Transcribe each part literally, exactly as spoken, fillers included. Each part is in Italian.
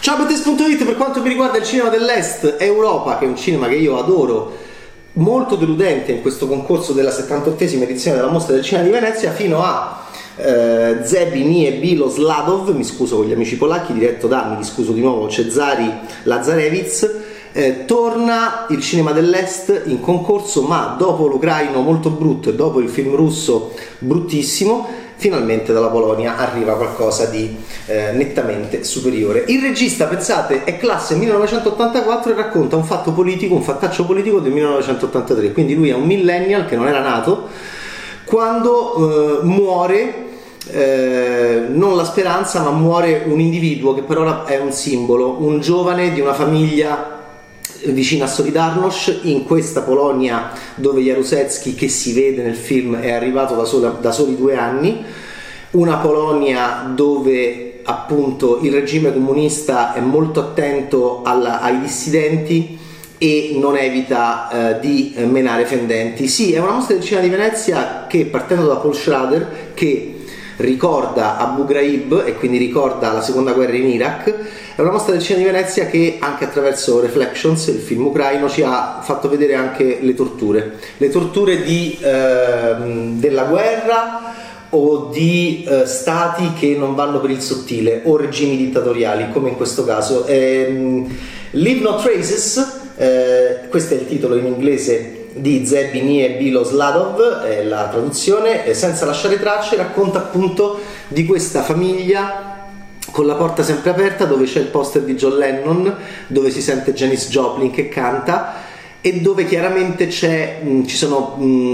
Ciao Bettes punto it, per quanto mi riguarda il cinema dell'Est Europa, che è un cinema che io adoro, molto deludente in questo concorso della settantottesima edizione della Mostra del Cinema di Venezia, fino a eh, Zebi Nie Bilo Sladov, mi scuso con gli amici polacchi, diretto da, mi scuso di nuovo, Cezary Lazarevich. Eh, torna il cinema dell'Est in concorso, ma dopo l'ucraino molto brutto e dopo il film russo bruttissimo, finalmente dalla Polonia arriva qualcosa di eh, nettamente superiore. Il regista, pensate, è classe millenovecentottantaquattro e racconta un fatto politico, un fattaccio politico del millenovecentottantatré, quindi lui è un millennial che non era nato quando eh, muore eh, non la speranza, ma muore un individuo che però è un simbolo, un giovane di una famiglia vicino a Solidarność, in questa Polonia dove Jaruzelski, che si vede nel film, è arrivato da, sola, da soli due anni, una Polonia dove appunto il regime comunista è molto attento alla, ai dissidenti e non evita eh, di menare fendenti. Sì, è una mostra del cinema di Venezia che, partendo da Paul Schrader, che ricorda Abu Ghraib e quindi ricorda la seconda guerra in Iraq, è una mostra del cinema di Venezia che anche attraverso Reflections, il film ucraino, ci ha fatto vedere anche le torture, le torture di, eh, della guerra o di eh, stati che non vanno per il sottile o regimi dittatoriali come in questo caso. Eh, Leave No Traces, eh, questo è il titolo in inglese di Zebi Nie Bilo Sladov, è la traduzione, Senza lasciare tracce, racconta appunto di questa famiglia con la porta sempre aperta, dove c'è il poster di John Lennon, dove si sente Janis Joplin che canta e dove chiaramente c'è, mh, ci sono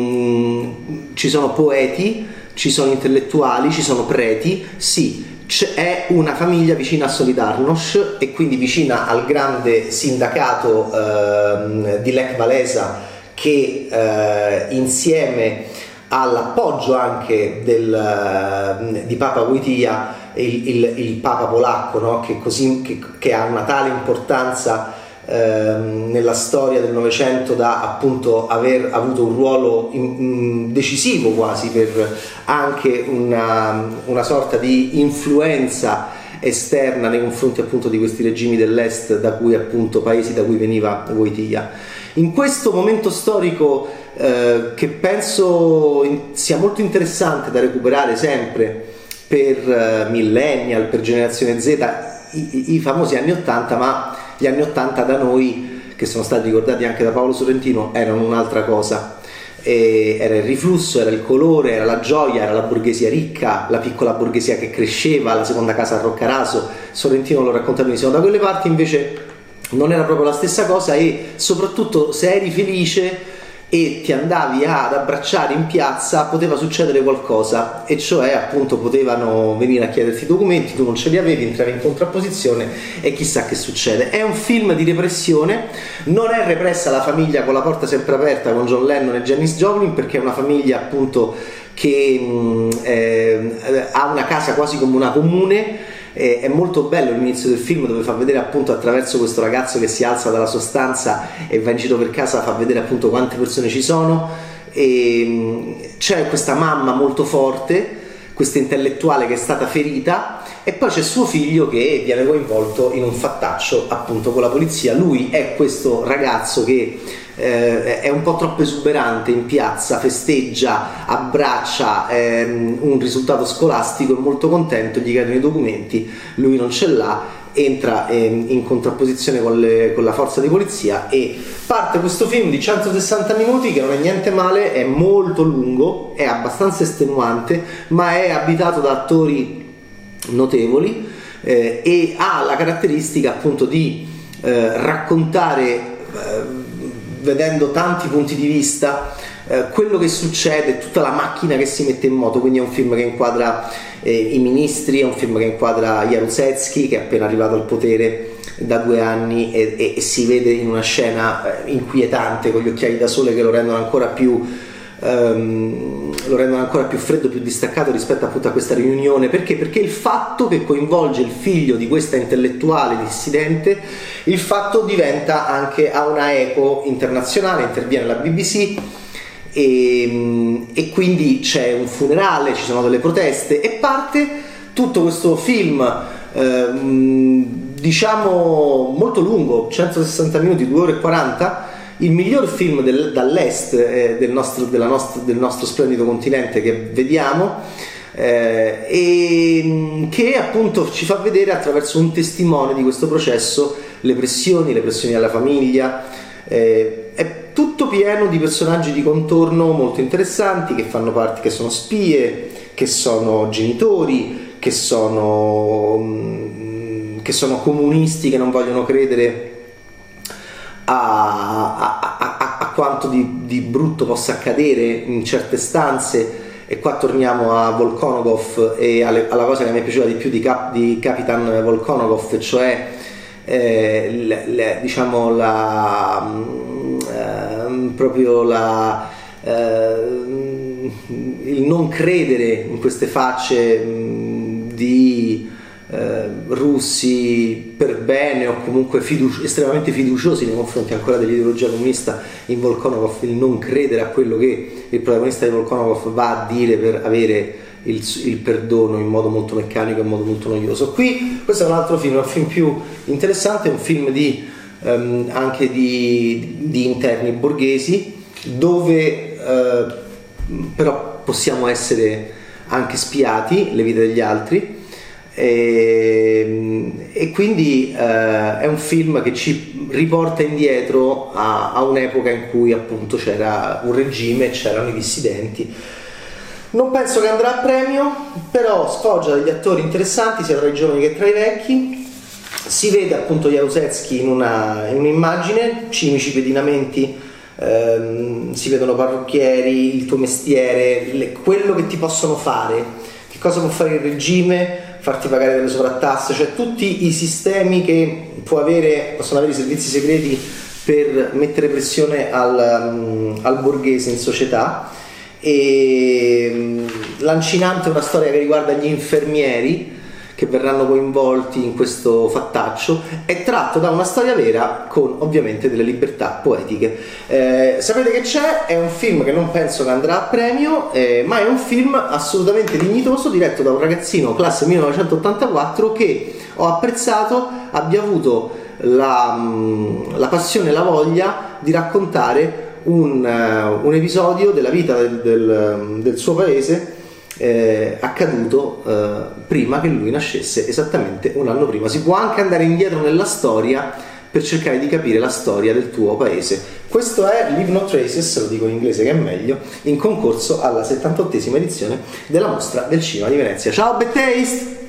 mh, ci sono poeti, ci sono intellettuali, ci sono preti, sì, è una famiglia vicina a Solidarność e quindi vicina al grande sindacato eh, di Lech Walesa, che eh, insieme all'appoggio anche del, di Papa Wojtyła, il, il, il Papa polacco, no? che, così, che, che ha una tale importanza eh, nella storia del Novecento da appunto aver avuto un ruolo in, in decisivo quasi per anche una, una sorta di influenza esterna nei confronti appunto di questi regimi dell'est, da cui appunto paesi da cui veniva Wojtyła. In questo momento storico eh, che penso in, sia molto interessante da recuperare sempre per eh, millennial, per generazione Z, i, i famosi anni ottanta, ma gli anni ottanta da noi, che sono stati ricordati anche da Paolo Sorrentino, erano un'altra cosa. E era il riflusso, era il colore, era la gioia, era la borghesia ricca, la piccola borghesia che cresceva, la seconda casa a Roccaraso. Sorrentino lo racconta benissimo. Da quelle parti invece non era proprio la stessa cosa, e soprattutto se eri felice e ti andavi ad abbracciare in piazza poteva succedere qualcosa, e cioè appunto potevano venire a chiederti i documenti, tu non ce li avevi, entravi in contrapposizione e chissà che succede. È un film di repressione, non è repressa la famiglia con la porta sempre aperta con John Lennon e Janis Joplin, perché è una famiglia appunto che mh, eh, ha una casa quasi come una comune. Eh, è molto bello l'inizio del film, dove fa vedere appunto attraverso questo ragazzo che si alza dalla sua stanza e va in giro per casa, fa vedere appunto quante persone ci sono, e mh, c'è questa mamma molto forte, questa intellettuale che è stata ferita, e poi c'è suo figlio che viene coinvolto in un fattaccio appunto con la polizia. Lui è questo ragazzo che eh, è un po' troppo esuberante in piazza, festeggia, abbraccia ehm, un risultato scolastico, è molto contento, gli chiedono i documenti, lui non ce l'ha, entra ehm, in contrapposizione con, le, con la forza di polizia, e parte questo film di centosessanta minuti che non è niente male, è molto lungo, è abbastanza estenuante, ma è abitato da attori notevoli eh, e ha la caratteristica appunto di eh, raccontare eh, vedendo tanti punti di vista eh, quello che succede, tutta la macchina che si mette in moto. Quindi è un film che inquadra eh, i ministri, è un film che inquadra Jaruzelski, che è appena arrivato al potere da due anni e, e, e si vede in una scena eh, inquietante, con gli occhiali da sole che lo rendono ancora più Um, lo rendono ancora più freddo, più distaccato rispetto appunto a questa riunione. Perché? Perché il fatto che coinvolge il figlio di questa intellettuale dissidente, il fatto diventa anche, ha una eco internazionale, interviene la B B C e, e quindi c'è un funerale, ci sono delle proteste e parte tutto questo film um, diciamo molto lungo, centosessanta minuti, due ore e quaranta, il miglior film del, dall'est eh, del, nostro, della nostra, del nostro splendido continente che vediamo, eh, e che appunto ci fa vedere attraverso un testimone di questo processo le pressioni, le pressioni alla famiglia. Eh, è tutto pieno di personaggi di contorno molto interessanti, che fanno parte, che sono spie, che sono genitori, che sono, che sono comunisti che non vogliono credere a, a, a, a quanto di, di brutto possa accadere in certe stanze. E qua torniamo a Volkonogov e alle, alla cosa che mi è piaciuta di più di, Cap, di Capitan Volkonogov, cioè eh, le, le, diciamo la eh, proprio la eh, il non credere in queste facce mh, di eh, russi per bene o comunque fiduci- estremamente fiduciosi nei confronti ancora dell'ideologia comunista in Volkonogov, il non credere a quello che il protagonista di Volkonogov va a dire per avere il, il perdono in modo molto meccanico e in modo molto noioso. Qui questo è un altro film, un film più interessante, è un film di, um, anche di, di interni borghesi, dove uh, però possiamo essere anche spiati, le vite degli altri. E, e quindi eh, è un film che ci riporta indietro a, a un'epoca in cui appunto c'era un regime, c'erano i dissidenti. Non penso che andrà a premio, però sfoggia degli attori interessanti sia tra i giovani che tra i vecchi. Si vede appunto Jaruzelski in, una, in un'immagine, cimici pedinamenti, ehm, si vedono parrucchieri, il tuo mestiere, le, quello che ti possono fare, che cosa può fare il regime, farti pagare delle sovrattasse, cioè tutti i sistemi che può avere, possono avere i servizi segreti per mettere pressione al, um, al borghese in società. E um, lancinante è una storia che riguarda gli infermieri che verranno coinvolti in questo fattaccio, è tratto da una storia vera con ovviamente delle libertà poetiche. Eh, sapete che c'è? È un film che non penso che andrà a premio, eh, ma è un film assolutamente dignitoso, diretto da un ragazzino classe millenovecentottantaquattro che ho apprezzato abbia avuto la, la passione e la voglia di raccontare un, uh, un episodio della vita del, del, del suo paese, Eh, accaduto eh, prima che lui nascesse, esattamente un anno prima. Si può anche andare indietro nella storia per cercare di capire la storia del tuo paese. Questo è Leave No Traces, lo dico in inglese che è meglio, in concorso alla settantottesima edizione della Mostra del Cinema di Venezia. Ciao Bad Taste!